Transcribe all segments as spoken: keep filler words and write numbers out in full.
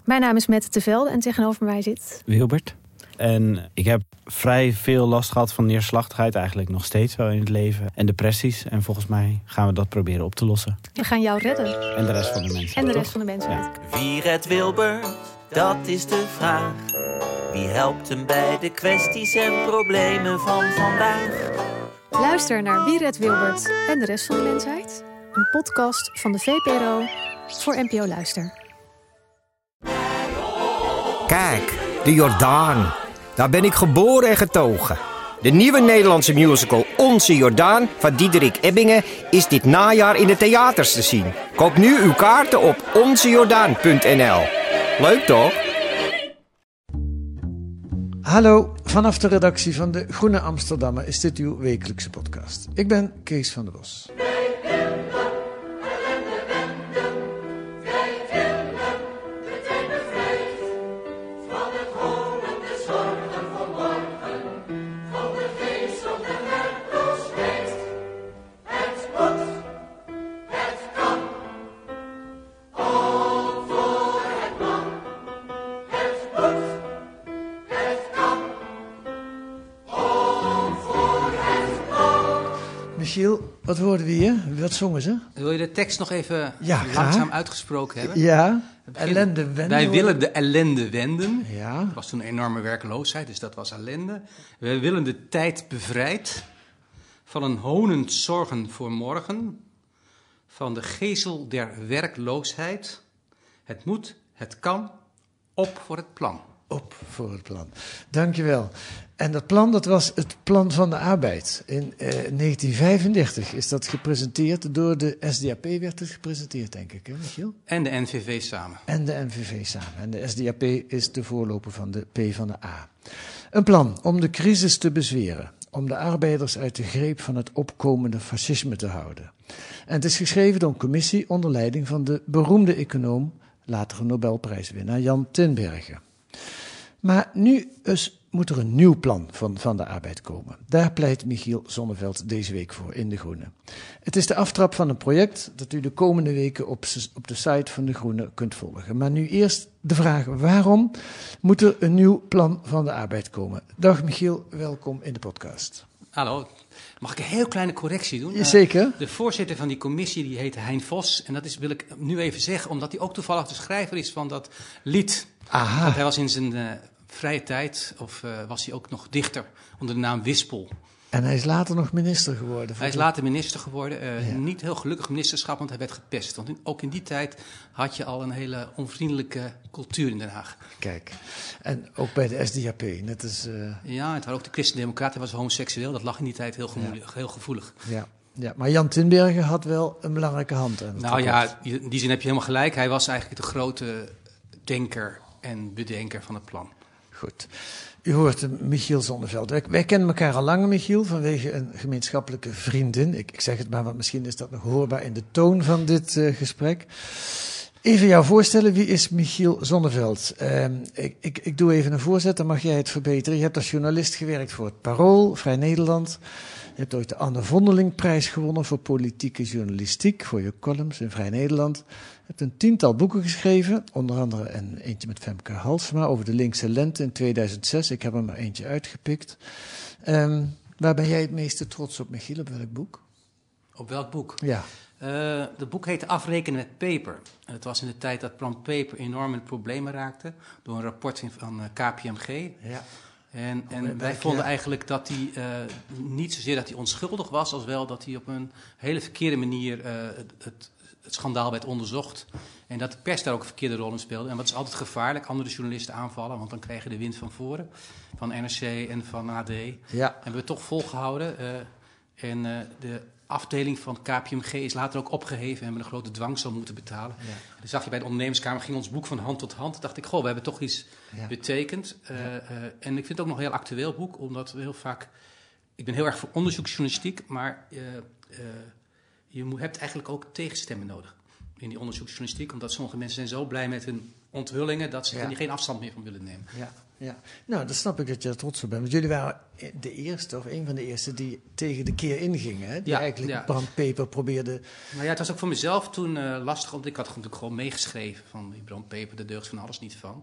Mijn naam is Mette Tevelde en tegenover mij zit... Wilbert. En ik heb vrij veel last gehad van neerslachtigheid, eigenlijk nog steeds wel in het leven. En depressies. En volgens mij gaan we dat proberen op te lossen. We gaan jou redden. En de rest van de mensen. En de toch? rest van de mensen. Ja. Wie redt Wilbert? Dat is de vraag. Wie helpt hem bij de kwesties en problemen van vandaag? Luister naar Wie redt Wilbert en de rest van de mensheid. Een podcast van de V P R O voor N P O Luister. Kijk, de Jordaan. Daar ben ik geboren en getogen. De nieuwe Nederlandse musical Onze Jordaan van Diederik Ebbingen is dit najaar in de theaters te zien. Koop nu uw kaarten op onze jordaan punt n l. Leuk toch? Hallo, vanaf de redactie van de Groene Amsterdammer is dit uw wekelijkse podcast. Ik ben Kees van der Bos. Michiel, wat hoorden we hier? Wat zongen ze? Wil je de tekst nog even Ja, langzaam graag. uitgesproken hebben? Ja, begin- ellende wenden. Wij willen de ellende wenden. Ja. Er was toen een enorme werkloosheid, dus dat was ellende. Wij willen de tijd bevrijd van een honend zorgen voor morgen, van de gezel der werkloosheid. Het moet, het kan, op voor het plan. Op voor het plan. Dankjewel. En dat plan, dat was het Plan van de Arbeid. In eh, negentien vijfendertig is dat gepresenteerd door de S D A P, werd het gepresenteerd, denk ik, hè, Michiel? En de N V V samen. En de N V V samen. En de S D A P is de voorloper van de P van de A. Een plan om de crisis te bezweren. Om de arbeiders uit de greep van het opkomende fascisme te houden. En het is geschreven door een commissie onder leiding van de beroemde econoom, latere Nobelprijswinnaar Jan Tinbergen. Maar nu is, moet er een nieuw plan van, van de arbeid komen. Daar pleit Michiel Zonneveld deze week voor in De Groene. Het is de aftrap van een project dat u de komende weken op, op de site van De Groene kunt volgen. Maar nu eerst de vraag: waarom moet er een nieuw plan van de arbeid komen? Dag Michiel, welkom in de podcast. Hallo, mag ik een heel kleine correctie doen? Zeker. Uh, de voorzitter van die commissie die heet Hein Vos. En dat is, wil ik nu even zeggen, omdat hij ook toevallig de schrijver is van dat lied. Aha. Want hij was in zijn uh, vrije tijd, of uh, was hij ook nog dichter, onder de naam Wispel. En hij is later nog minister geworden. Hij is later minister geworden. Uh, Ja. Niet heel gelukkig ministerschap, want hij werd gepest. Want in, ook in die tijd had je al een hele onvriendelijke cultuur in Den Haag. Kijk, en ook bij de S D A P, net als... Uh, Ja, het had ook de Christen-Democraten, hij was homoseksueel. Dat lag in die tijd heel, gemoedig, heel gevoelig. ja. Ja, maar Jan Tinbergen had wel een belangrijke hand aan het Nou rapport. ja, in die zin heb je helemaal gelijk. Hij was eigenlijk de grote denker en bedenker van het plan. Goed. U hoort uh, Michiel Zonneveld. Wij, wij kennen elkaar al langer, Michiel, vanwege een gemeenschappelijke vriendin. Ik, ik zeg het maar, want misschien is dat nog hoorbaar in de toon van dit uh, gesprek. Even jou voorstellen, wie is Michiel Zonneveld? Uh, ik, ik, ik doe even een voorzet, dan mag jij het verbeteren. Je hebt als journalist gewerkt voor het Parool, Vrij Nederland. Je hebt ooit de Anne Vondelingprijs gewonnen voor politieke journalistiek, voor je columns in Vrij Nederland. Je hebt een tiental boeken geschreven, onder andere een eentje met Femke Halsema over de linkse lente in tweeduizend zes. Ik heb er maar eentje uitgepikt. Um, waar ben jij het meeste trots op, Michiel? Op welk boek? Op welk boek? Ja. Uh, het boek heette Afrekenen met Peper. En het was in de tijd dat Plan Peper enorm in problemen raakte door een rapport van uh, K P M G. Ja. En, en Oh, wij ja. vonden eigenlijk dat hij uh, niet zozeer dat hij onschuldig was, als wel dat hij op een hele verkeerde manier uh, het, het, het schandaal werd onderzocht. En dat de pers daar ook een verkeerde rol in speelde. En dat is altijd gevaarlijk, andere journalisten aanvallen, want dan krijg je de wind van voren, van N R C en van A D. Ja. Hebben we toch volgehouden. Uh, en uh, de afdeling van K P M G is later ook opgeheven en hebben een grote dwangsom moeten betalen. Ja. Dan zag je bij de ondernemerskamer, ging ons boek van hand tot hand. Toen dacht ik, goh, we hebben toch iets ja. betekend. Uh, ja. uh, en ik vind het ook nog een heel actueel boek, omdat we heel vaak... Ik ben heel erg voor onderzoeksjournalistiek, maar uh, uh, je moet, hebt eigenlijk ook tegenstemmen nodig in die onderzoeksjournalistiek. Omdat sommige mensen zijn zo blij met hun onthullingen dat ze Ja. er geen afstand meer van willen nemen. Ja, ja. Nou, dan snap ik dat je er trots op bent. Want jullie waren de eerste, of een van de eerste, die tegen de keer ingingen. Hè? Die Ja, eigenlijk ja. brandpeper probeerde... Maar ja, het was ook voor mezelf toen uh, lastig, want ik had natuurlijk gewoon meegeschreven van die brandpeper, daar deugt van alles niet van.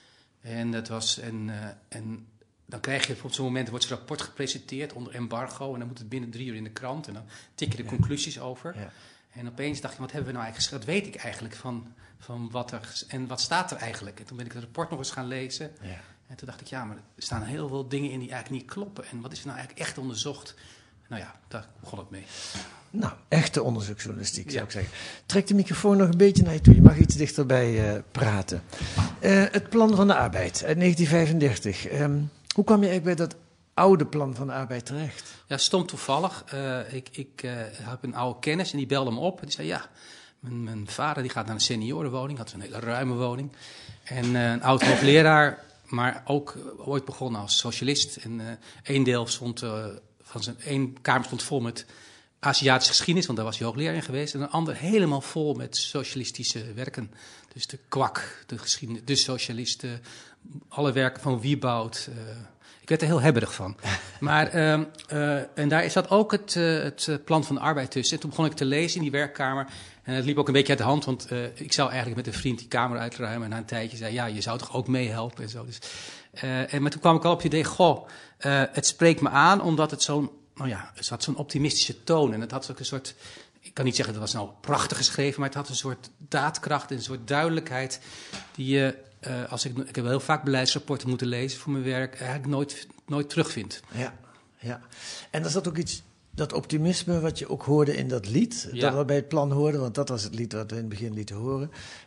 En dat was, en, uh, en dan krijg je op zo'n moment, wordt zo'n rapport gepresenteerd onder embargo en dan moet het binnen drie uur in de krant en dan tik je de Ja. conclusies over. Ja. En opeens dacht je, wat hebben we nou eigenlijk geschreven? Dat weet ik eigenlijk van, van wat er, en wat staat er eigenlijk? En toen ben ik het rapport nog eens gaan lezen. Ja. En toen dacht ik, ja, maar er staan heel veel dingen in die eigenlijk niet kloppen. En wat is er nou eigenlijk echt onderzocht? Nou ja, daar begon het mee. Nou, echte onderzoeksjournalistiek zou Ja. ik zeggen. Trek de microfoon nog een beetje naar je toe. Je mag iets dichterbij uh, praten. Uh, het Plan van de Arbeid uit negentien vijfendertig. Um, hoe kwam je eigenlijk bij dat oude Plan van de Arbeid terecht? Ja, stom toevallig. Uh, ik ik uh, heb een oude kennis en die belde me op. En die zei, ja, mijn, mijn vader die gaat naar een seniorenwoning. Had een hele ruime woning. En uh, een oud hoogleraar, maar ook uh, ooit begonnen als socialist. En uh, één deel stond, uh, van zijn één kamer stond vol met Aziatische geschiedenis, want daar was hij hoogleraar in geweest. En een ander helemaal vol met socialistische werken. Dus de kwak, de geschiedenis, de socialisten, alle werken van Wieboud. Uh, ik werd er heel hebberig van. Maar, uh, uh, en daar zat ook het, uh, het Plan van de Arbeid tussen. En toen begon ik te lezen in die werkkamer. En het liep ook een beetje uit de hand, want uh, ik zou eigenlijk met een vriend die kamer uitruimen. En na een tijdje zei, ja, je zou toch ook meehelpen en zo. Dus, uh, en, maar toen kwam ik al op het idee, goh, uh, het spreekt me aan omdat het zo'n, nou ja, het had zo'n optimistische toon. En het had ook een soort, ik kan niet zeggen dat het was nou prachtig geschreven, maar het had een soort daadkracht en een soort duidelijkheid die je, uh, als ik, ik heb heel vaak beleidsrapporten moeten lezen voor mijn werk, eigenlijk nooit, nooit terugvindt. Ja, ja. En er zat ook iets, dat optimisme wat je ook hoorde in dat lied, Ja. dat we bij het plan hoorden, want dat was het lied wat we in het begin lieten horen.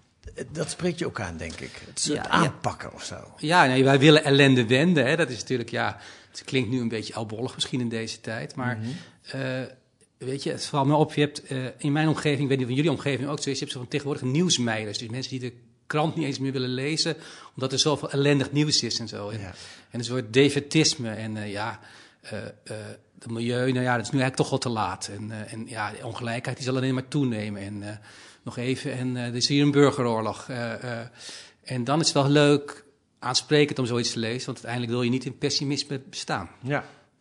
Dat spreekt je ook aan, denk ik. Het soort Ja, ja. aanpakken of zo. Ja, nee, wij willen ellende wenden. Hè. Dat is natuurlijk, ja, het klinkt nu een beetje oudbollig misschien in deze tijd. Maar Mhm. uh, weet je, het valt me op. Je hebt uh, in mijn omgeving, ik weet niet of in jullie omgeving ook zo is, je hebt zo van tegenwoordig nieuwsmeiders. Dus mensen die de krant niet eens meer willen lezen, omdat er zoveel ellendig nieuws is en zo. En, Ja. en een soort defetisme. En uh, ja, uh, uh, het milieu, nou ja, dat is nu eigenlijk toch wel te laat. En, uh, en ja, de ongelijkheid die zal alleen maar toenemen. En uh, nog even, en uh, er is hier een burgeroorlog. Uh, uh, en dan is het wel leuk, aansprekend om zoiets te lezen, want uiteindelijk wil je niet in pessimisme bestaan. Ja.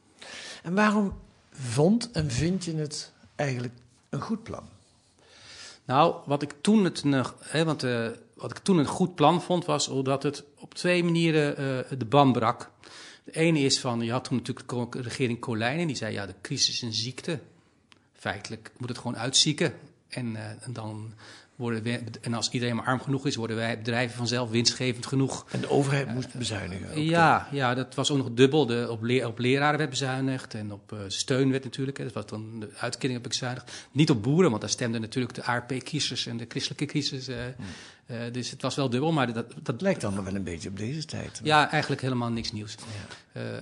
En waarom vond en vind je het eigenlijk een goed plan? Nou, wat ik toen het nog, hè, want uh, wat ik toen een goed plan vond, was omdat het op twee manieren uh, de ban brak. De ene is van, je had toen natuurlijk de regering Colijnen, die zei, ja, de crisis is een ziekte. Feitelijk moet het gewoon uitzieken. En, uh, en dan worden we, en als iedereen maar arm genoeg is, worden wij bedrijven vanzelf winstgevend genoeg. En de overheid moest bezuinigen. ook Ja, ja, dat was ook nog dubbel. De, op, leer, op leraren werd bezuinigd en op uh, steun werd natuurlijk. Hè, dat was dan de uitkering heb ik bezuinigd. Niet op boeren, want daar stemden natuurlijk de A R P-kiezers en de christelijke kiezers. Uh, hmm. uh, dus het was wel dubbel, maar dat... dat Het lijkt allemaal wel een beetje op deze tijd. Ja, eigenlijk helemaal niks nieuws. Ja. Uh, uh,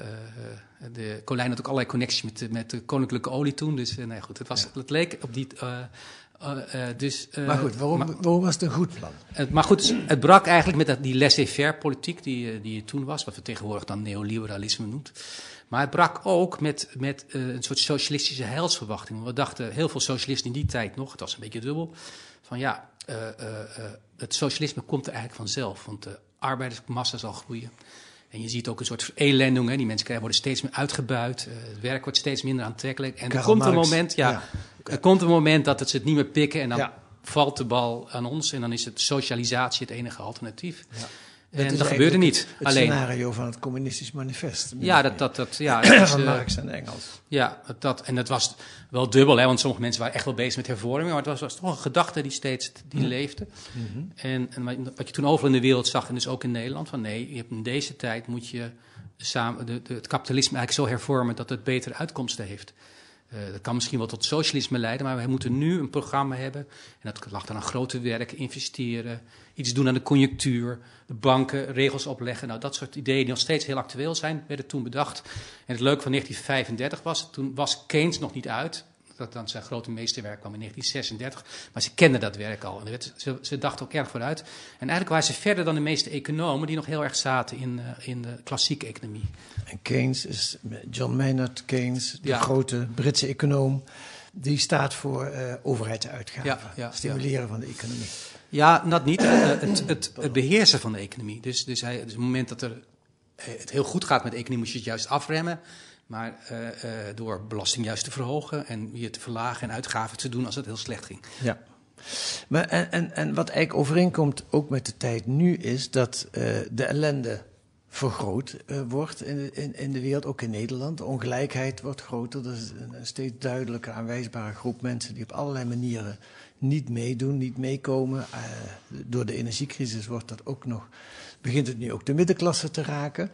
de Colijn had ook allerlei connecties met, met de koninklijke olie toen. Dus uh, nee, goed, het, was, ja. het leek op die... Uh, Uh, uh, dus, uh, maar goed, waarom, maar, waarom was het een goed plan? Uh, maar goed, het brak eigenlijk met dat, die laissez-faire politiek die, uh, die toen was, wat we tegenwoordig dan neoliberalisme noemt. Maar het brak ook met, met uh, een soort socialistische heilsverwachting. We dachten, heel veel socialisten in die tijd nog, het was een beetje dubbel, van ja, uh, uh, uh, het socialisme komt er eigenlijk vanzelf, want de arbeidersmassa zal groeien. En je ziet ook een soort elending, hè. Die mensen worden steeds meer uitgebuit, uh, het werk wordt steeds minder aantrekkelijk. En Karl er komt een Marx, moment, ja, ja. er komt een moment dat het ze het niet meer pikken en dan Ja. valt de bal aan ons en dan is het socialisatie het enige alternatief. Ja. En dat, dat gebeurde niet. Het Alleen, scenario van het communistisch manifest. ja, dat, dat, dat, ja, dat is, van uh, Marx en Engels. Ja, dat, en dat was wel dubbel, hè, want sommige mensen waren echt wel bezig met hervorming, maar het was, was toch een gedachte die steeds die mm. leefde. Mm-hmm. En, en wat je toen overal in de wereld zag, en dus ook in Nederland, van nee, je hebt in deze tijd moet je samen de, de, het kapitalisme eigenlijk zo hervormen dat het betere uitkomsten heeft. Uh, dat kan misschien wel tot socialisme leiden, maar we moeten nu een programma hebben. En dat lag dan aan grote werken, investeren, iets doen aan de conjunctuur, de banken, regels opleggen. Nou, dat soort ideeën die nog steeds heel actueel zijn, werden toen bedacht. En het leuke van negentien vijfendertig was, toen was Keynes nog niet uit. Dat dan zijn grote meesterwerk kwam in negentien zesendertig. Maar ze kenden dat werk al. En werd, ze, ze dachten ook erg vooruit. En eigenlijk waren ze verder dan de meeste economen die nog heel erg zaten in, uh, in de klassieke economie. En Keynes is John Maynard Keynes, de ja. grote Britse econoom. Die staat voor uh, overheidsuitgaven. Ja, ja, stimuleren ja. van de economie. Ja, dat niet. Uh, het, het, het beheersen van de economie. Dus, dus, hij, dus op het moment dat er, uh, het heel goed gaat met de economie, moet je het juist afremmen. Maar uh, uh, door belasting juist te verhogen en weer te verlagen en uitgaven te doen als het heel slecht ging. Ja. Maar en, en, en wat eigenlijk overeenkomt ook met de tijd nu is dat uh, de ellende vergroot uh, wordt in de, in, in de wereld, ook in Nederland. De ongelijkheid wordt groter. Er is een, een steeds duidelijker aanwijsbare groep mensen die op allerlei manieren niet meedoen, niet meekomen. Uh, door de energiecrisis wordt dat ook nog, begint het nu ook de middenklasse te raken.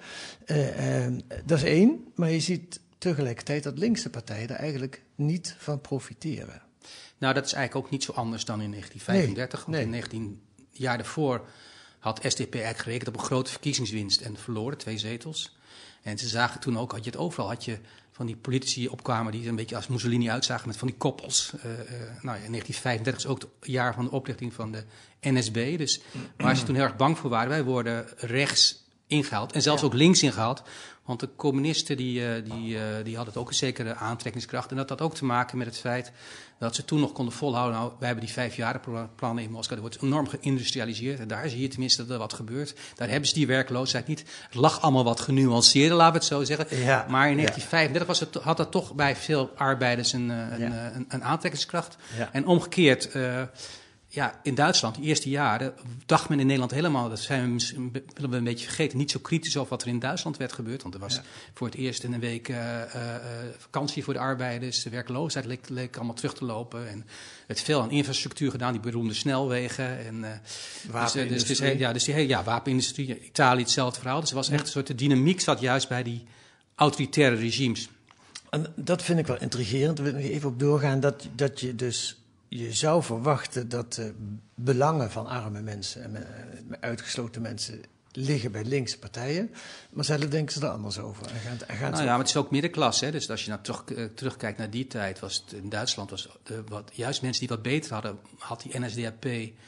Uh, uh, dat is één, maar je ziet tegelijkertijd dat linkse partijen er eigenlijk niet van profiteren. Nou, dat is eigenlijk ook niet zo anders dan in negentien vijfendertig. Nee, want nee. in negentien jaar daarvoor had S D P eigenlijk gerekend op een grote verkiezingswinst en verloren, twee zetels. En ze zagen toen ook, had je het overal, had je van die politici opkwamen die een beetje als Mussolini uitzagen met van die koppels. Uh, uh, nou ja, in negentien vijfendertig is ook het jaar van de oprichting van de N S B. Dus waar ze toen heel erg bang voor waren, wij worden rechts ingehaald en zelfs ja. ook links ingehaald. Want de communisten die, uh, die, uh, die hadden ook een zekere aantrekkingskracht. En dat had ook te maken met het feit dat ze toen nog konden volhouden. Nou, wij hebben die vijfjarenplannen in Moskou. Er wordt enorm geïndustrialiseerd. En daar zie je tenminste dat er wat gebeurt. Daar hebben ze die werkloosheid niet. Het lag allemaal wat genuanceerder, laten we het zo zeggen. Ja, maar in negentien vijfendertig was het, had dat toch bij veel arbeiders een, een, ja. een, een aantrekkingskracht. Ja. En omgekeerd... Uh, Ja, in Duitsland, de eerste jaren, dacht men in Nederland helemaal, dat zijn we, willen we een beetje vergeten, niet zo kritisch over wat er in Duitsland werd gebeurd. Want er was ja. voor het eerst in een week uh, uh, vakantie voor de arbeiders, de werkloosheid leek, leek allemaal terug te lopen. En het veel aan infrastructuur gedaan, die beroemde snelwegen. En, uh, wapenindustrie. Dus, dus, dus, ja, dus die, ja, wapenindustrie, Italië hetzelfde verhaal. Dus er was echt een soort de dynamiek zat juist bij die autoritaire regimes. En dat vind ik wel intrigerend, daar wil ik nog even op doorgaan, dat, dat je dus... Je zou verwachten dat de belangen van arme mensen en uitgesloten mensen liggen bij linkse partijen. Maar zelf denken ze er anders over. En gaan, en gaan nou ja, maar het is ook middenklasse. Hè? Dus als je nou terug, uh, terugkijkt naar die tijd, was het in Duitsland, was de, wat, juist mensen die wat beter hadden, had die N S D A P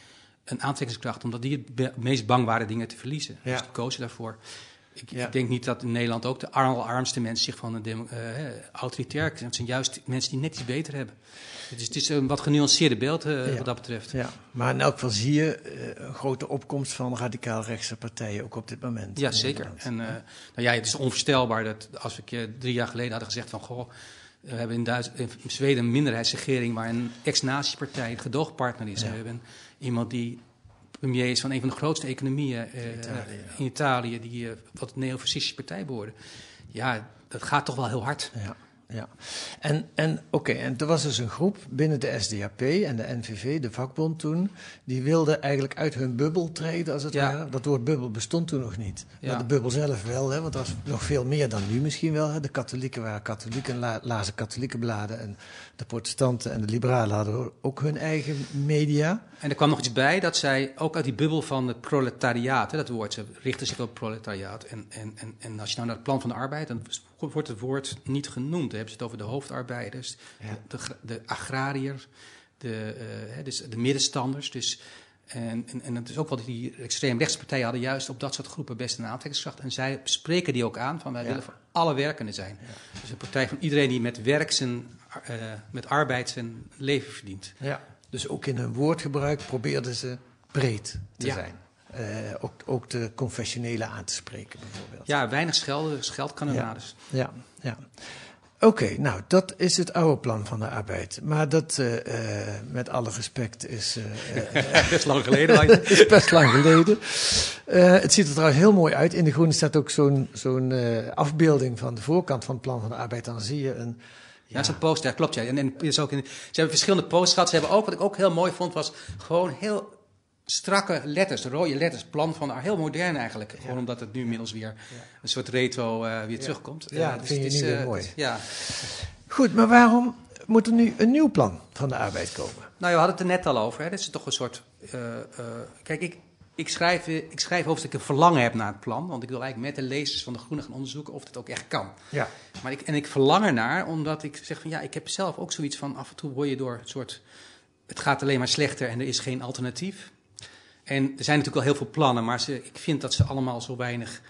een aantrekkingskracht, omdat die het be- meest bang waren dingen te verliezen. Ja. Dus die kozen daarvoor. Ik, ja. ik denk niet dat in Nederland ook de allerarmste mensen zich van een demo, uh, autoritair... Het zijn juist mensen die net iets beter hebben. Dus het is een wat genuanceerder beeld uh, ja. wat dat betreft. Ja. Maar in elk geval zie je uh, een grote opkomst van radicaal-rechtse partijen, ook op dit moment. Ja, zeker. En uh, nou ja, het is onvoorstelbaar dat als ik je drie jaar geleden had gezegd van... goh, we hebben in, Duits- in Zweden een minderheidsregering waar een ex-nazi-partij een gedoogpartner is. Ja. We hebben iemand die... premier is van een van de grootste economieën uh, Italië, ja. in Italië, die uh, wat een neofascistische partij behoorde. Ja, dat gaat toch wel heel hard. Ja, ja. En, en oké, okay, en er was dus een groep binnen de S D A P en de N V V, de vakbond toen, die wilde eigenlijk uit hun bubbel treden, als het ja. ware. Dat woord bubbel bestond toen nog niet. Ja. Maar de bubbel zelf wel, hè, want dat was nog veel meer dan nu misschien wel. Hè. De katholieken waren katholieken, la, lazen katholieke bladen en de protestanten en de liberalen hadden ook hun eigen media. En er kwam nog iets bij dat zij ook uit die bubbel van het proletariaat, hè, dat woord, ze richten zich op het proletariaat. En, en, en, en als je nou naar het plan van de arbeid, dan wordt het woord niet genoemd. Dan hebben ze het over de hoofdarbeiders, ja. de, de, de agrariër, de, uh, dus de middenstanders. Dus, en, en, en het is ook wel dat die extreemrechtspartijen hadden juist op dat soort groepen best een aantrekkingskracht. En zij spreken die ook aan van wij ja. willen voor alle werkenden zijn. Ja. Dus een partij van iedereen die met werk zijn, uh, met arbeid zijn leven verdient. Ja. Dus ook in hun woordgebruik probeerden ze breed te ja. zijn. Uh, ook, ook de confessionele aan te spreken bijvoorbeeld. Ja, weinig schelden, scheldkanonades. Ja, ja, ja. Oké, okay, nou, dat is het oude plan van de arbeid. Maar dat, uh, uh, met alle respect, is... Uh, uh, best lang geleden. is best lang geleden. Uh, het ziet er trouwens heel mooi uit. In De Groene staat ook zo'n, zo'n uh, afbeelding van de voorkant van het plan van de arbeid. Dan zie je een... Ja, dat is een poster, ja, klopt. Ja. En, en is ook in, ze hebben verschillende posters gehad. Ze hebben ook, wat ik ook heel mooi vond, was gewoon heel strakke letters, rode letters. Plan van, heel modern eigenlijk. Gewoon ja. omdat het nu inmiddels weer ja. een soort retro uh, weer ja. terugkomt. Ja, uh, dat dus vind je het is, nu weer uh, mooi. Het, ja. Goed, maar waarom moet er nu een nieuw plan van de arbeid komen? Nou, we hadden het er net al over. Hè. Dit is toch een soort... Uh, uh, kijk, ik... Ik schrijf, ik schrijf over dat ik een verlangen heb naar het plan. Want ik wil eigenlijk met de lezers van De Groene gaan onderzoeken of het ook echt kan. Ja. Maar ik, en ik verlang ernaar omdat ik zeg van ja, ik heb zelf ook zoiets van af en toe word je door het soort... Het gaat alleen maar slechter en er is geen alternatief. En er zijn natuurlijk wel heel veel plannen, maar ze, ik vind dat ze allemaal zo weinig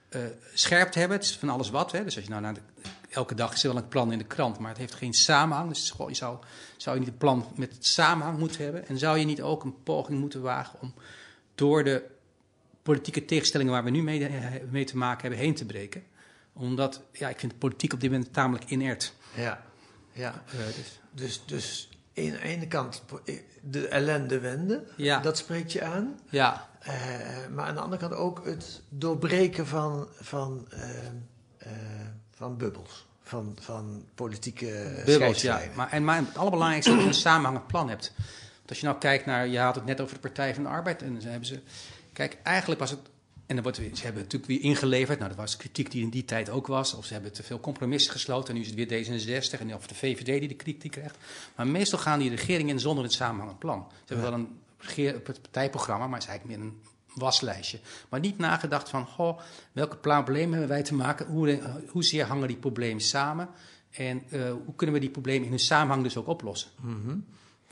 uh, scherp te hebben. Het is van alles wat. Hè? Dus als je nou naar de, elke dag is er wel een plan in de krant, maar het heeft geen samenhang. Dus het is gewoon, je zou, zou je niet een plan met samenhang moeten hebben? En zou je niet ook een poging moeten wagen om door de politieke tegenstellingen waar we nu mee, mee te maken hebben heen te breken? Omdat, ja, ik vind de politiek op dit moment tamelijk inert. Ja, ja. Uh, dus. Dus, dus aan de ene kant de ellende wenden, Ja. dat spreekt je aan. Ja. Uh, maar aan de andere kant ook het doorbreken van, van, uh, uh, van bubbels, van, van politieke bubbels, ja. scheidslijnen. Maar, en, maar het allerbelangrijkste is dat je een samenhangend plan hebt. Want als je nou kijkt naar, je had het net over de Partij van de Arbeid, en dan hebben ze, kijk, eigenlijk was het, en dan wordt weer, ze hebben het natuurlijk weer ingeleverd, nou dat was kritiek die in die tijd ook was, of ze hebben te veel compromissen gesloten, en nu is het weer D zesenzestig, en of de V V D die de kritiek krijgt. Maar meestal gaan die regeringen in zonder een samenhangend plan. Ze hebben wel een regeer, partijprogramma, maar het is eigenlijk meer een waslijstje. Maar niet nagedacht van, goh, welke problemen hebben wij te maken, hoe, hoezeer hangen die problemen samen, en uh, hoe kunnen we die problemen in hun samenhang dus ook oplossen. Mm-hmm.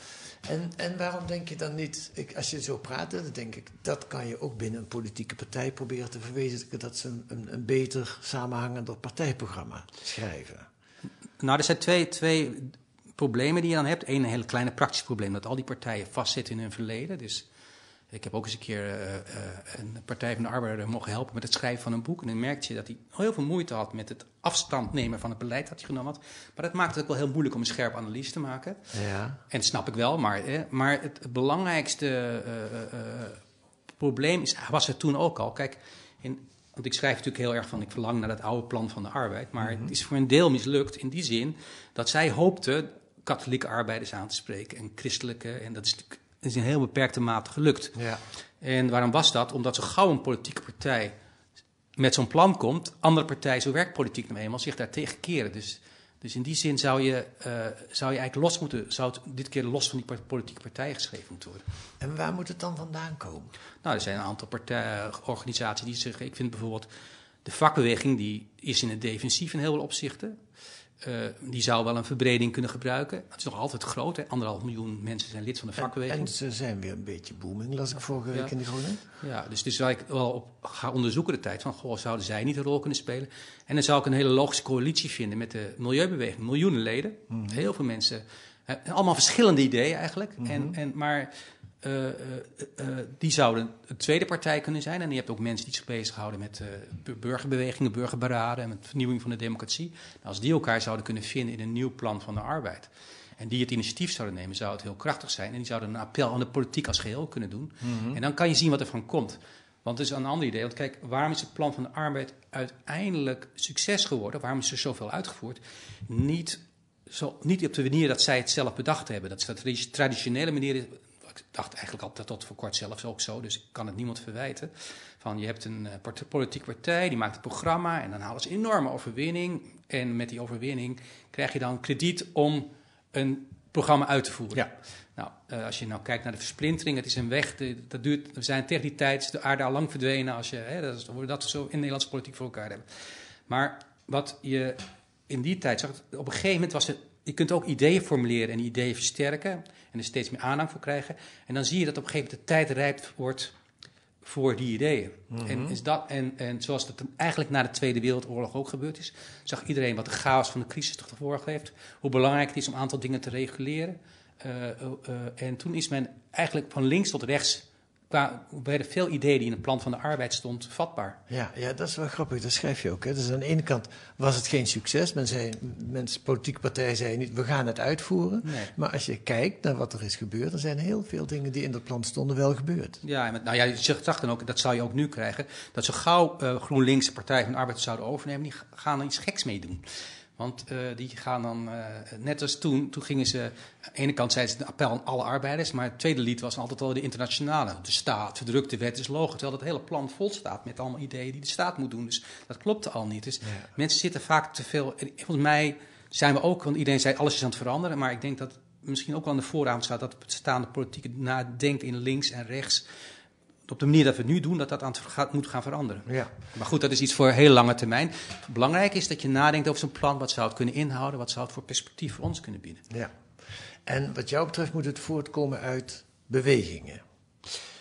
En, en waarom denk je dan niet, ik, als je zo praat, dan denk ik, dat kan je ook binnen een politieke partij proberen te verwezenlijken, dat ze een, een, een beter samenhangender partijprogramma schrijven. Nou, er zijn twee, twee problemen die je dan hebt. Eén, een hele kleine praktisch probleem, dat al die partijen vastzitten in hun verleden. Dus ik heb ook eens een keer uh, uh, een Partij van de Arbeid mogen helpen met het schrijven van een boek. En dan merkte je dat hij heel veel moeite had met het afstand nemen van het beleid dat hij genomen had. Maar dat maakte het ook wel heel moeilijk om een scherpe analyse te maken. Ja. En dat snap ik wel, maar, eh, maar het, het belangrijkste uh, uh, probleem is, was er toen ook al. Kijk, in, want ik schrijf natuurlijk heel erg van, ik verlang naar dat oude plan van de arbeid. Maar mm-hmm. het is voor een deel mislukt in die zin dat zij hoopten katholieke arbeiders aan te spreken en christelijke. En dat is natuurlijk is in heel beperkte mate gelukt. Ja. En waarom was dat? Omdat zo gauw een politieke partij met zo'n plan komt, andere partijen, zo werkt politiek nou eenmaal, zich daartegen keren. Dus, dus in die zin zou je, uh, zou je eigenlijk los moeten, zou het dit keer los van die politieke partijen geschreven moeten worden. En waar moet het dan vandaan komen? Nou, er zijn een aantal partijen, organisaties die zeggen, ik vind bijvoorbeeld de vakbeweging, die is in het defensief in heel veel opzichten. Uh, die zou wel een verbreding kunnen gebruiken. Het is nog altijd groot, hè? Anderhalf miljoen mensen zijn lid van de vakbeweging. En, en ze zijn weer een beetje booming, las ik vorige week ja. in de Groene. Ja, dus dus zou ik wel op ga onderzoeken de tijd van, goh, zouden zij niet een rol kunnen spelen? En dan zou ik een hele logische coalitie vinden met de milieubeweging. Miljoenen leden, mm-hmm. heel veel mensen. Uh, allemaal verschillende ideeën eigenlijk. Mm-hmm. En, en, maar uh, uh, uh, die zouden een tweede partij kunnen zijn. En je hebt ook mensen die zich bezighouden met uh, burgerbewegingen, burgerberaden en met vernieuwing van de democratie. Nou, als die elkaar zouden kunnen vinden in een nieuw plan van de arbeid en die het initiatief zouden nemen, zou het heel krachtig zijn. En die zouden een appel aan de politiek als geheel kunnen doen. Mm-hmm. En dan kan je zien wat er van komt. Want het is een ander idee. Want kijk, waarom is het plan van de arbeid uiteindelijk succes geworden? Waarom is er zoveel uitgevoerd? Niet, zo, niet op de manier dat zij het zelf bedacht hebben. Dat is de traditionele manier. Ik dacht eigenlijk altijd tot voor kort zelfs ook zo, dus ik kan het niemand verwijten. Van je hebt een uh, part- politieke partij, die maakt een programma en dan halen ze een enorme overwinning. En met die overwinning krijg je dan krediet om een programma uit te voeren. Ja. Nou, uh, als je nou kijkt naar de versplintering, het is een weg, de, dat duurt, we zijn tegen die tijd, is de aarde al lang verdwenen als je, hè, dat, is, dat we zo in de Nederlandse politiek voor elkaar hebben. Maar wat je in die tijd zag, op een gegeven moment was het, je kunt ook ideeën formuleren en die ideeën versterken en er steeds meer aandacht voor krijgen. En dan zie je dat op een gegeven moment de tijd rijp wordt voor die ideeën. Mm-hmm. En, is dat, en, en zoals dat eigenlijk na de Tweede Wereldoorlog ook gebeurd is, zag iedereen wat de chaos van de crisis toch gevolgd heeft, hoe belangrijk het is om een aantal dingen te reguleren. Uh, uh, uh, en toen is men eigenlijk van links tot rechts, qua, werden veel ideeën die in het plan van de arbeid stond, vatbaar. Ja, ja, dat is wel grappig, dat schrijf je ook. Hè. Dus aan de ene kant was het geen succes. Men zei, mensen, politieke partijen zeiden niet, we gaan het uitvoeren. Nee. Maar als je kijkt naar wat er is gebeurd, er zijn heel veel dingen die in dat plan stonden wel gebeurd. Ja, nou ja, je zag dan ook, dat zou je ook nu krijgen, dat zo gauw uh, GroenLinks, de Partij van de Arbeid, zouden overnemen, die gaan er iets geks mee doen. Want uh, die gaan dan, uh, net als toen, toen gingen ze, aan de ene kant zeiden ze een appel aan alle arbeiders, maar het tweede lied was altijd al de internationale. De staat, verdrukt, de wet is logisch, terwijl het hele plan vol staat met allemaal ideeën die de staat moet doen. Dus dat klopte al niet. Dus ja. Mensen zitten vaak te veel, volgens mij zijn we ook, want iedereen zei alles is aan het veranderen, maar ik denk dat misschien ook wel aan de vooravond staat dat het bestaande politieke nadenken in links en rechts, op de manier dat we het nu doen, dat dat aan het gaat, moet gaan veranderen. Ja. Maar goed, dat is iets voor heel lange termijn. Belangrijk is dat je nadenkt over zo'n plan. Wat zou het kunnen inhouden? Wat zou het voor perspectief voor ons kunnen bieden? Ja. En wat jou betreft moet het voortkomen uit bewegingen.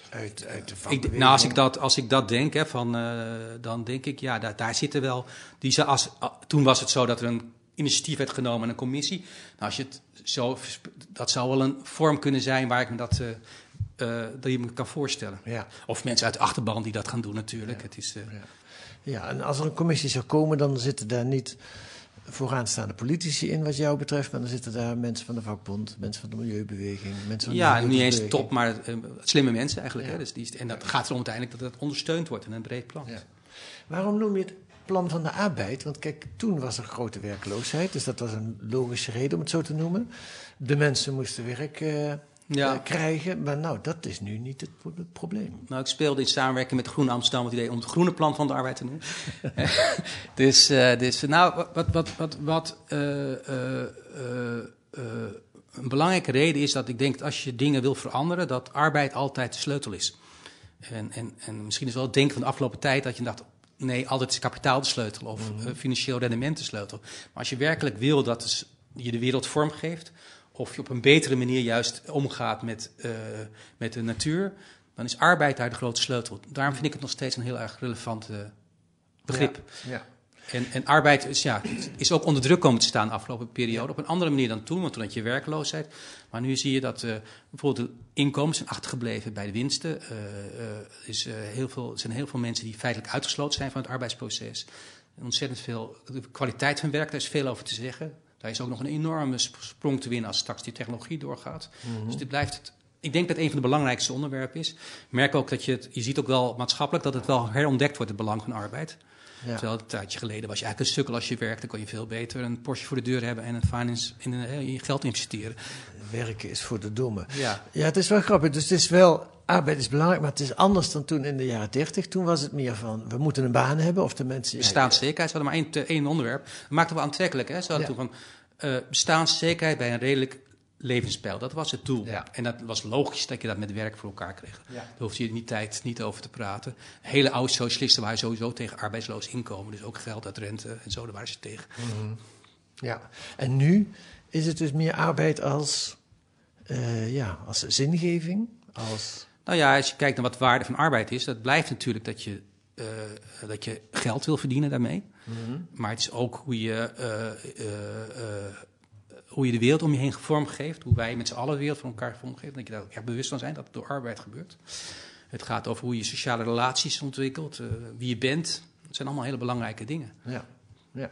uit, uit de Ik, vakbeweging? nou, als ik dat, als ik dat denk, hè, van, uh, dan denk ik, ja, daar, daar zitten wel... Die, als, uh, toen was het zo dat er een initiatief werd genomen en een commissie. Nou, als je het zo, dat zou wel een vorm kunnen zijn waar ik me dat, uh, uh, dat je me kan voorstellen. Ja. Of mensen uit de achterban die dat gaan doen natuurlijk. Ja. Het is, uh, ja. ja, en als er een commissie zou komen, dan zitten daar niet vooraanstaande politici in wat jou betreft, maar dan zitten daar mensen van de vakbond, mensen van de milieubeweging, mensen van ja, de niet eens beweging. top, maar uh, slimme mensen eigenlijk. Ja. Hè? Dus die, en dat gaat erom uiteindelijk dat het ondersteund wordt in een breed plan. Ja. Waarom noem je het plan van de arbeid? Want kijk, toen was er grote werkloosheid, dus dat was een logische reden om het zo te noemen. De mensen moesten werk uh, ja. uh, krijgen, maar nou, dat is nu niet het, het probleem. Nou, ik speelde in samenwerking met de Groene Amsterdam het idee om het groene plan van de arbeid te noemen. dus, uh, dus, nou, wat, wat, wat, wat uh, uh, uh, uh, een belangrijke reden is dat ik denk dat als je dingen wil veranderen, dat arbeid altijd de sleutel is. En, en, en misschien is wel het denken van de afgelopen tijd dat je dacht, nee, altijd is kapitaal de sleutel of mm-hmm. uh, financieel rendement de sleutel. Maar als je werkelijk wil dat je de wereld vormgeeft, of je op een betere manier juist omgaat met, uh, met de natuur, dan is arbeid daar de grote sleutel. Daarom vind ik het nog steeds een heel erg relevant uh, begrip. Ja, ja. En, en arbeid is, ja, is ook onder druk komen te staan de afgelopen periode. Op een andere manier dan toen, want toen had je werkloosheid. Maar nu zie je dat uh, bijvoorbeeld de inkomens zijn achtergebleven bij de winsten. Er uh, uh, is, uh, heel veel, zijn heel veel mensen die feitelijk uitgesloten zijn van het arbeidsproces. Ontzettend veel, de kwaliteit van werk, daar is veel over te zeggen. Daar is ook nog een enorme sprong te winnen als straks die technologie doorgaat. Mm-hmm. Dus dit blijft het. Ik denk dat het een van de belangrijkste onderwerpen is. Ik merk ook dat je het, je ziet ook wel maatschappelijk dat het wel herontdekt wordt, het belang van arbeid. Ja. Terwijl een tijdje geleden was je eigenlijk een sukkel als je werkte. Dan kon je veel beter een Porsche voor de deur hebben en een finance in, een, in je geld investeren. Werken is voor de dommen. Ja. ja, het is wel grappig. Dus het is wel, arbeid is belangrijk, maar het is anders dan toen in de jaren dertig. Toen was het meer van, we moeten een baan hebben of de mensen... Bestaanszekerheid, ze hadden maar één, één onderwerp. Dat maakte het wel aantrekkelijk. Hè? Ze hadden ja. toen van uh, bestaanszekerheid bij een redelijk levenspeil. Dat was het doel. Ja. En dat was logisch dat je dat met werk voor elkaar kreeg. Ja. Daar hoefde je niet tijd niet over te praten. Hele oude socialisten waren sowieso tegen arbeidsloos inkomen. Dus ook geld uit rente en zo, daar waren ze tegen. Mm-hmm. Ja, en nu is het dus meer arbeid als, uh, ja, als zingeving? Als... Nou ja, als je kijkt naar wat waarde van arbeid is, dat blijft natuurlijk dat je, uh, dat je geld wil verdienen daarmee. Mm-hmm. Maar het is ook hoe je... Uh, uh, uh, hoe je de wereld om je heen vormgeeft, hoe wij met z'n allen de wereld van elkaar vormgeven, dat je daar ook echt bewust van zijn dat het door arbeid gebeurt. Het gaat over hoe je sociale relaties ontwikkelt, uh, wie je bent. Dat zijn allemaal hele belangrijke dingen. Ja, ja.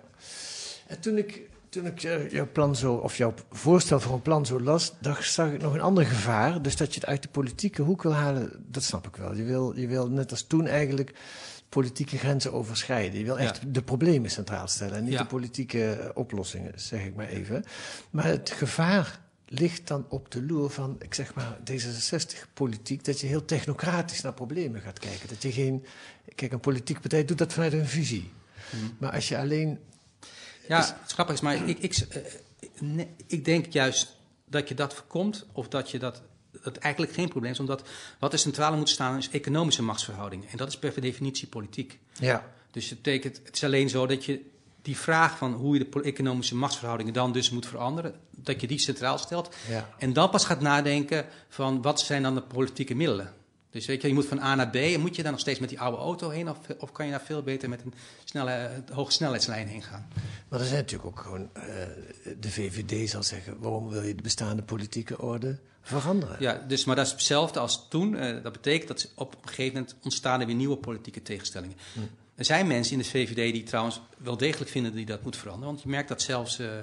En toen ik, toen ik uh, jouw plan zo, of jouw voorstel voor een plan zo las, dacht, zag ik nog een ander gevaar. Dus dat je het uit de politieke hoek wil halen, dat snap ik wel. Je wil, je wil net als toen eigenlijk politieke grenzen overschrijden. Je wil echt ja. de problemen centraal stellen en niet ja. de politieke uh, oplossingen, zeg ik maar even. Maar het gevaar ligt dan op de loer van, ik zeg maar, D zesenzestig-politiek, dat je heel technocratisch naar problemen gaat kijken. Dat je geen... Kijk, een politieke partij doet dat vanuit een visie. Hmm. Maar als je alleen... Ja, is... het grappig is, maar ik, ik, uh, nee, ik denk juist dat je dat voorkomt, of dat je dat... dat eigenlijk geen probleem is, omdat wat er centraal moet staan is economische machtsverhoudingen. En dat is per definitie politiek. Ja. Dus het betekent, het is alleen zo dat je die vraag van hoe je de economische machtsverhoudingen dan dus moet veranderen, dat je die centraal stelt. Ja. En dan pas gaat nadenken van wat zijn dan de politieke middelen. Dus weet je, je moet van A naar B en moet je dan nog steeds met die oude auto heen of, of kan je daar veel beter met een snelle, hoge snelheidslijn heen gaan? Maar er zijn natuurlijk ook gewoon, uh, de V V D zal zeggen, waarom wil je de bestaande politieke orde veranderen? Ja, dus, maar dat is hetzelfde als toen. Uh, dat betekent dat op een gegeven moment ontstaan er weer nieuwe politieke tegenstellingen. Hm. Er zijn mensen in de V V D die trouwens wel degelijk vinden dat die dat moet veranderen. Want je merkt dat zelfs uh, uh,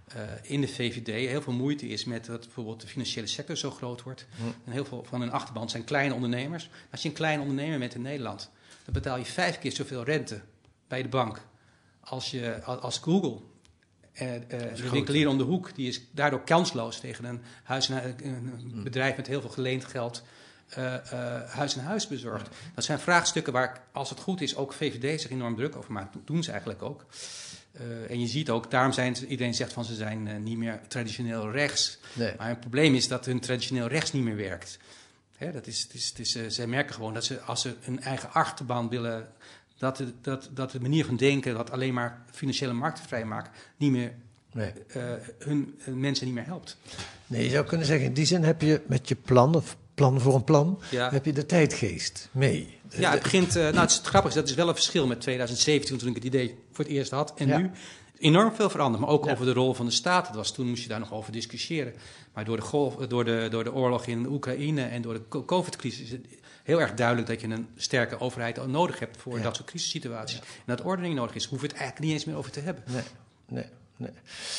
in de V V D heel veel moeite is met dat bijvoorbeeld de financiële sector zo groot wordt. Hm. En heel veel van hun achterban zijn kleine ondernemers. Als je een klein ondernemer bent in Nederland, dan betaal je vijf keer zoveel rente bij de bank als, je, als Google. Uh, uh, de winkelier om de hoek die is daardoor kansloos tegen een, huis en, een bedrijf met heel veel geleend geld. Uh, uh, huis en huis bezorgd. Dat zijn vraagstukken waar, als het goed is, ook V V D zich enorm druk over maakt. Dat doen ze eigenlijk ook. Uh, en je ziet ook, daarom zijn ze, iedereen zegt van ze zijn uh, niet meer traditioneel rechts. Nee. Maar het probleem is dat hun traditioneel rechts niet meer werkt. Hè, dat is, het is, het is, uh, zij merken gewoon dat ze, als ze hun eigen achterban willen, dat de, dat, dat de manier van denken, dat alleen maar financiële markten vrijmaken, niet meer, nee. uh, hun, hun mensen niet meer helpt. Nee, je zou kunnen zeggen, in die zin heb je met je plan, of plan voor een plan, Ja. heb je de tijdgeest mee. Ja, het begint... Uh, nou, het is grappig, dat is wel een verschil met twintig zeventien... toen ik het idee voor het eerst had. En Ja. nu enorm veel veranderd. Maar ook Ja. over de rol van de staat. Dat was, toen moest je daar nog over discussiëren. Maar door de, golf, door de, door de oorlog in Oekraïne en door de covid-crisis... is het heel erg duidelijk dat je een sterke overheid nodig hebt... voor Ja. dat soort crisissituaties. Ja. En dat ordening nodig is. Hoeven we het eigenlijk niet eens meer over te hebben. Nee, nee, nee.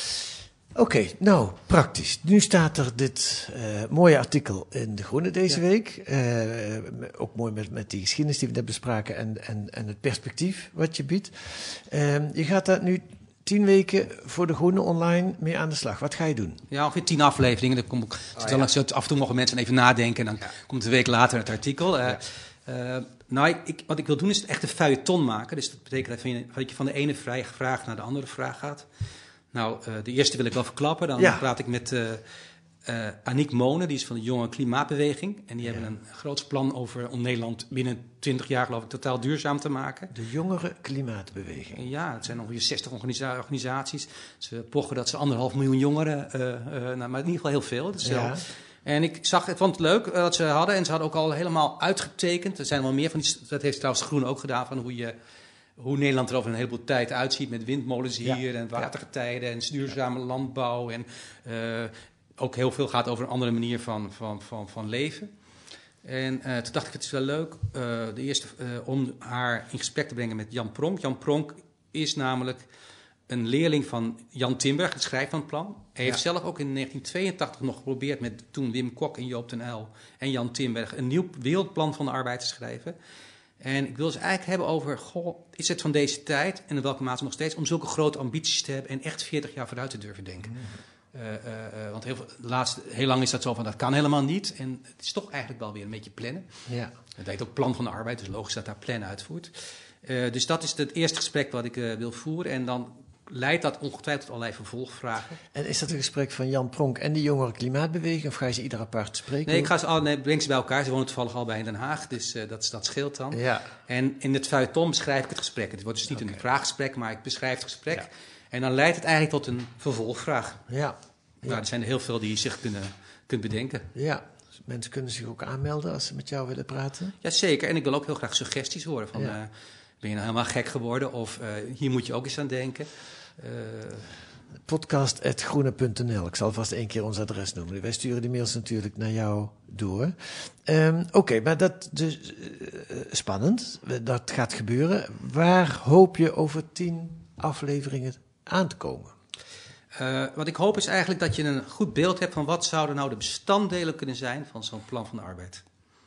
Oké, okay, nou, praktisch. Nu staat er dit uh, mooie artikel in De Groene deze ja. week. Uh, ook mooi met, met die geschiedenis die we net bespraken en, en, en het perspectief wat je biedt. Uh, je gaat daar nu tien weken voor De Groene online mee aan de slag. Wat ga je doen? Ja, ongeveer tien afleveringen. Dan kom ik, oh, ja. Af en toe mogen mensen even nadenken en dan ja. komt een week later het artikel. Uh, ja. uh, nou, ik, wat ik wil doen is echt een feuilleton maken. Dus dat betekent dat je, dat je van de ene vraag naar de andere vraag gaat. Nou, uh, de eerste wil ik wel verklappen. Dan ja. praat ik met uh, uh, Aniek Monen, die is van de Jonge Klimaatbeweging. En die ja. hebben een groot plan over om Nederland binnen twintig jaar, geloof ik, totaal duurzaam te maken. De Jongere Klimaatbeweging. Ja, het zijn ongeveer zestig organisa- organisaties. Ze pochen dat ze anderhalf miljoen jongeren, uh, uh, nou, maar in ieder geval heel veel. Dat is ja. En ik zag, ik vond het leuk uh, wat ze hadden. En ze hadden ook al helemaal uitgetekend. Er zijn wel meer van die, dat heeft trouwens Groen ook gedaan, van hoe je... hoe Nederland er over een heleboel tijd uitziet met windmolens hier ja. en watergetijden en duurzame ja. landbouw. En uh, ook heel veel gaat over een andere manier van, van, van, van leven. En uh, toen dacht ik, het is wel leuk uh, de eerste, uh, om haar in gesprek te brengen met Jan Pronk. Jan Pronk is namelijk een leerling van Jan Tinbergen, het schrijver van het plan. Hij ja. heeft zelf ook in negentien tweeëntachtig nog geprobeerd met toen Wim Kok en Joop den Uyl en Jan Tinbergen een nieuw wereldplan van de arbeid te schrijven. En ik wil ze eigenlijk hebben over, goh, is het van deze tijd, en in welke mate nog steeds, om zulke grote ambities te hebben en echt veertig jaar vooruit te durven denken. Mm. Uh, uh, uh, want heel, veel, laatst, heel lang is dat zo van, dat kan helemaal niet. En het is toch eigenlijk wel weer een beetje plannen. Ja. Het heet ook plan van de arbeid, dus logisch dat daar plan uitvoert. Uh, dus dat is het eerste gesprek wat ik uh, wil voeren. En dan leidt dat ongetwijfeld tot allerlei vervolgvragen. En is dat een gesprek van Jan Pronk en de Jongere Klimaatbeweging? Of ga je ze ieder apart spreken? Nee, ik ga ze al, nee, breng ze bij elkaar. Ze wonen toevallig al bij in Den Haag, dus uh, dat, dat scheelt dan. Ja. En in het feuilleton beschrijf ik het gesprek. Het wordt dus niet okay. een vraaggesprek, maar ik beschrijf het gesprek. Ja. En dan leidt het eigenlijk tot een vervolgvraag. Ja. Nou, er zijn er heel veel die je zich kunnen, kunnen bedenken. Ja, dus mensen kunnen zich ook aanmelden als ze met jou willen praten. Jazeker, en ik wil ook heel graag suggesties horen. Van, ja. uh, ben je nou helemaal gek geworden? Of uh, hier moet je ook eens aan denken. Uh, podcast at groene punt n l. Ik zal vast één keer ons adres noemen. Wij sturen die mails natuurlijk naar jou door. Um, Oké, okay, maar dat dus uh, spannend. Dat gaat gebeuren. Waar hoop je over tien afleveringen aan te komen? Uh, wat ik hoop is eigenlijk dat je een goed beeld hebt van wat zouden nou de bestanddelen kunnen zijn van zo'n plan van de arbeid.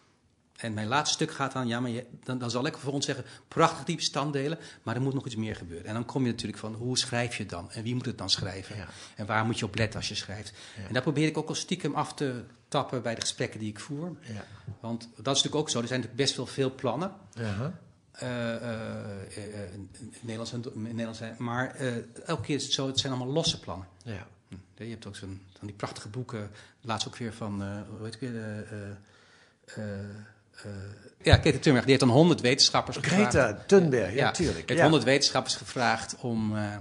En mijn laatste stuk gaat aan, ja, maar je, dan, dan zal ik voor ons zeggen, prachtig die bestanddelen, maar er moet nog iets meer gebeuren. En dan kom je natuurlijk van, hoe schrijf je het dan? En wie moet het dan schrijven? Ja. En waar moet je op letten als je schrijft? Ja. En daar probeer ik ook al stiekem af te tappen bij de gesprekken die ik voer. Ja. Want dat is natuurlijk ook zo, er zijn natuurlijk best wel veel plannen. Uh-huh. Uh, uh, uh, in Nederland zijn, in Nederland zijn, maar uh, elke keer is het zo, het zijn allemaal losse plannen. Ja. Je hebt ook zo'n, van die prachtige boeken, laatst ook weer van, uh, hoe heet ik weer, uh, uh, uh, ja, Greta Thunberg, die heeft dan honderd wetenschappers Greta gevraagd. Greta Thunberg, ja, natuurlijk. Die heeft honderd ja. wetenschappers gevraagd om, uh,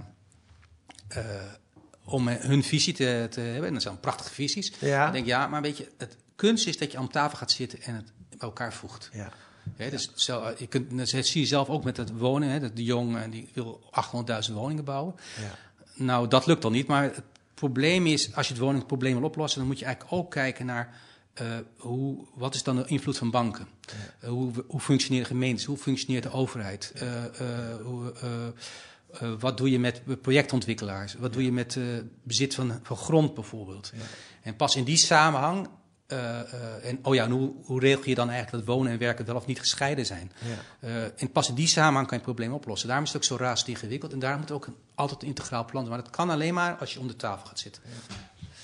uh, om hun visie te, te hebben. En dat zijn prachtige visies. Ja. Ik denk, ja, maar weet je, het kunst is dat je aan tafel gaat zitten en het bij elkaar voegt. Ja. He, dus zo, je kunt, dat zie je zelf ook met het wonen. He, dat de Jong die wil achthonderdduizend woningen bouwen. Ja. Nou, dat lukt al niet. Maar het probleem is, als je het woningprobleem wil oplossen, dan moet je eigenlijk ook kijken naar uh, hoe, wat is dan de invloed van banken? Ja. Uh, hoe, hoe functioneren gemeentes? Hoe functioneert de overheid? Uh, uh, hoe, uh, uh, wat doe je met projectontwikkelaars? Wat ja. doe je met uh, bezit van, van grond bijvoorbeeld? Ja. En pas in die samenhang. Uh, uh, en oh ja, en hoe, hoe regel je dan eigenlijk dat wonen en werken wel of niet gescheiden zijn? Ja. Uh, en pas in die samenhang kan je het probleem oplossen. Daarom is het ook zo razend ingewikkeld. En daar moet ook een, altijd een integraal plan zijn. Maar dat kan alleen maar als je om de tafel gaat zitten. Ja.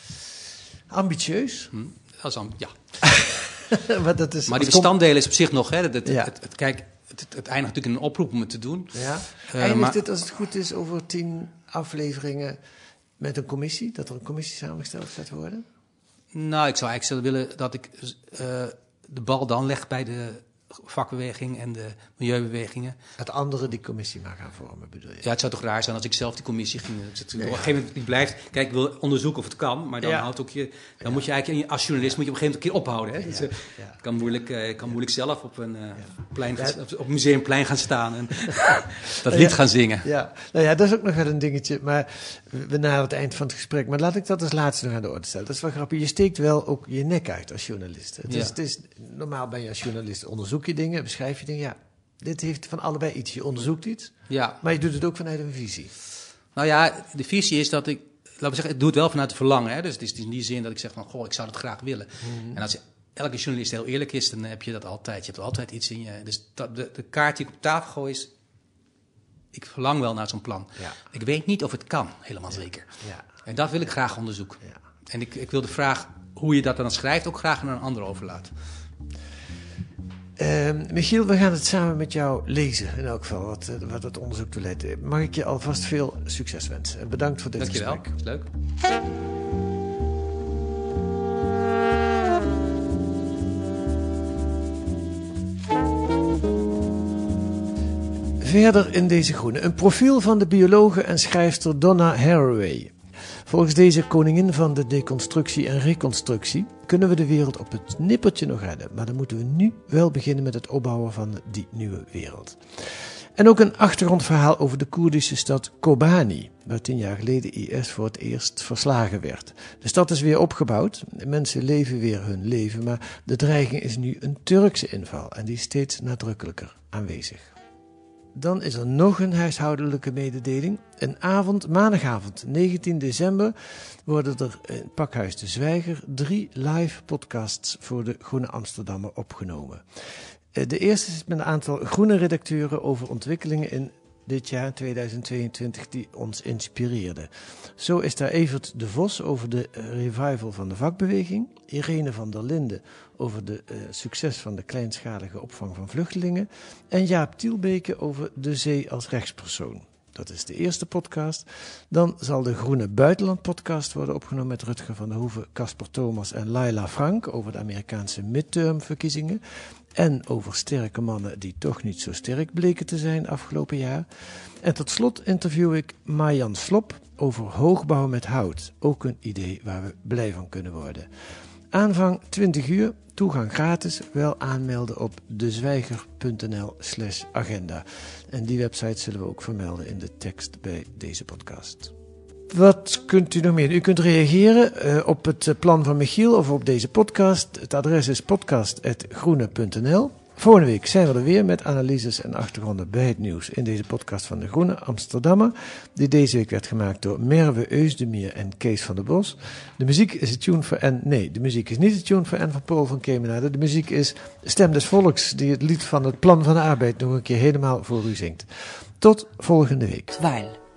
Ambitieus? Hm, dat is am- ja. maar, dat is, maar die bestanddelen is op zich nog... Hè, dat, het, ja. het, het, het, kijk, het, het eindigt natuurlijk in een oproep om het te doen. Ja. Uh, eindigt maar, dit, als het goed is, over tien afleveringen met een commissie? Dat er een commissie samengesteld gaat worden? Nou, ik zou eigenlijk willen dat ik uh, de bal dan leg bij de vakbeweging en de milieubewegingen. Dat anderen die commissie maar gaan vormen, bedoel je? Ja, het zou toch raar zijn als ik zelf die commissie ging. Dat het, ja, ja. Op een gegeven moment niet blijft. Kijk, ik wil onderzoeken of het kan, maar dan, ja. houdt ook je, dan ja. moet je eigenlijk als journalist moet je op een gegeven moment een keer ophouden. Hè? Dus, uh, ja. Ik kan moeilijk, uh, kan moeilijk zelf op een uh, ja. plein, ja. op een museumplein gaan staan en dat lied ja. gaan zingen. Ja, nou ja, dat is ook nog wel een dingetje. Maar we naderen het eind van het gesprek. Maar laat ik dat als laatste nog aan de orde stellen. Dat is wel grappig. Je steekt wel ook je nek uit als journalist. Het is, ja. het is, normaal ben je als journalist, onderzoek je dingen, beschrijf je dingen. Ja, dit heeft van allebei iets. Je onderzoekt iets, ja. maar je doet het ook vanuit een visie. Nou ja, de visie is dat ik, laten we zeggen, ik doe het wel vanuit het verlangen. Hè? Dus het is in die zin dat ik zeg van, goh, ik zou dat graag willen. Mm-hmm. En als elke journalist heel eerlijk is, dan heb je dat altijd. Je hebt altijd iets in je. Dus dat, de, de kaart die ik op tafel gooi is, ik verlang wel naar zo'n plan. Ja. Ik weet niet of het kan, helemaal ja. zeker. Ja. En dat wil ik graag onderzoeken. Ja. En ik, ik wil de vraag hoe je dat dan schrijft ook graag aan een ander overlaten. Uh, Michiel, we gaan het samen met jou lezen, in elk geval, wat, wat het onderzoek toe leidt. Mag ik je alvast veel succes wensen. En bedankt voor dit Dankjewel. gesprek. Dankjewel, is leuk. Verder in deze groene. Een profiel van de biologe en schrijfster Donna Haraway. Volgens deze koningin van de deconstructie en reconstructie kunnen we de wereld op het nippertje nog redden. Maar dan moeten we nu wel beginnen met het opbouwen van die nieuwe wereld. En ook een achtergrondverhaal over de Koerdische stad Kobani, waar tien jaar geleden I S voor het eerst verslagen werd. De stad is weer opgebouwd, mensen leven weer hun leven, maar de dreiging is nu een Turkse inval en die is steeds nadrukkelijker aanwezig. Dan is er nog een huishoudelijke mededeling. Een avond, maandagavond, negentien december, worden er in Pakhuis de Zwijger drie live podcasts voor de Groene Amsterdammer opgenomen. De eerste is met een aantal groene redacteuren over ontwikkelingen in dit jaar tweeduizend tweeëntwintig die ons inspireerden. Zo is daar Evert de Vos over de revival van de vakbeweging, Irene van der Linden over de uh, succes van de kleinschalige opvang van vluchtelingen en Jaap Tielbeke over de zee als rechtspersoon. Dat is de eerste podcast. Dan zal de Groene Buitenland podcast worden opgenomen met Rutger van der Hoeven, Casper Thomas en Laila Frank over de Amerikaanse midtermverkiezingen en over sterke mannen die toch niet zo sterk bleken te zijn afgelopen jaar. En tot slot interview ik Marjan Slop over hoogbouw met hout. Ook een idee waar we blij van kunnen worden. Aanvang twintig uur, toegang gratis, wel aanmelden op dezwijger.nl slash agenda. En die website zullen we ook vermelden in de tekst bij deze podcast. Wat kunt u nog meer? U kunt reageren uh, op het plan van Michiel of op deze podcast. Het adres is podcast apenstaartje groene punt n l. Volgende week zijn we er weer met analyses en achtergronden bij het nieuws in deze podcast van de Groene Amsterdammer, die deze week werd gemaakt door Merwe Eusdemier en Kees van der Bos. De muziek is het tune voor N. Nee, de muziek is niet het tune voor N van Paul van Kemenade. De muziek is Stem des Volks, die het lied van het Plan van de Arbeid nog een keer helemaal voor u zingt. Tot volgende week. Weil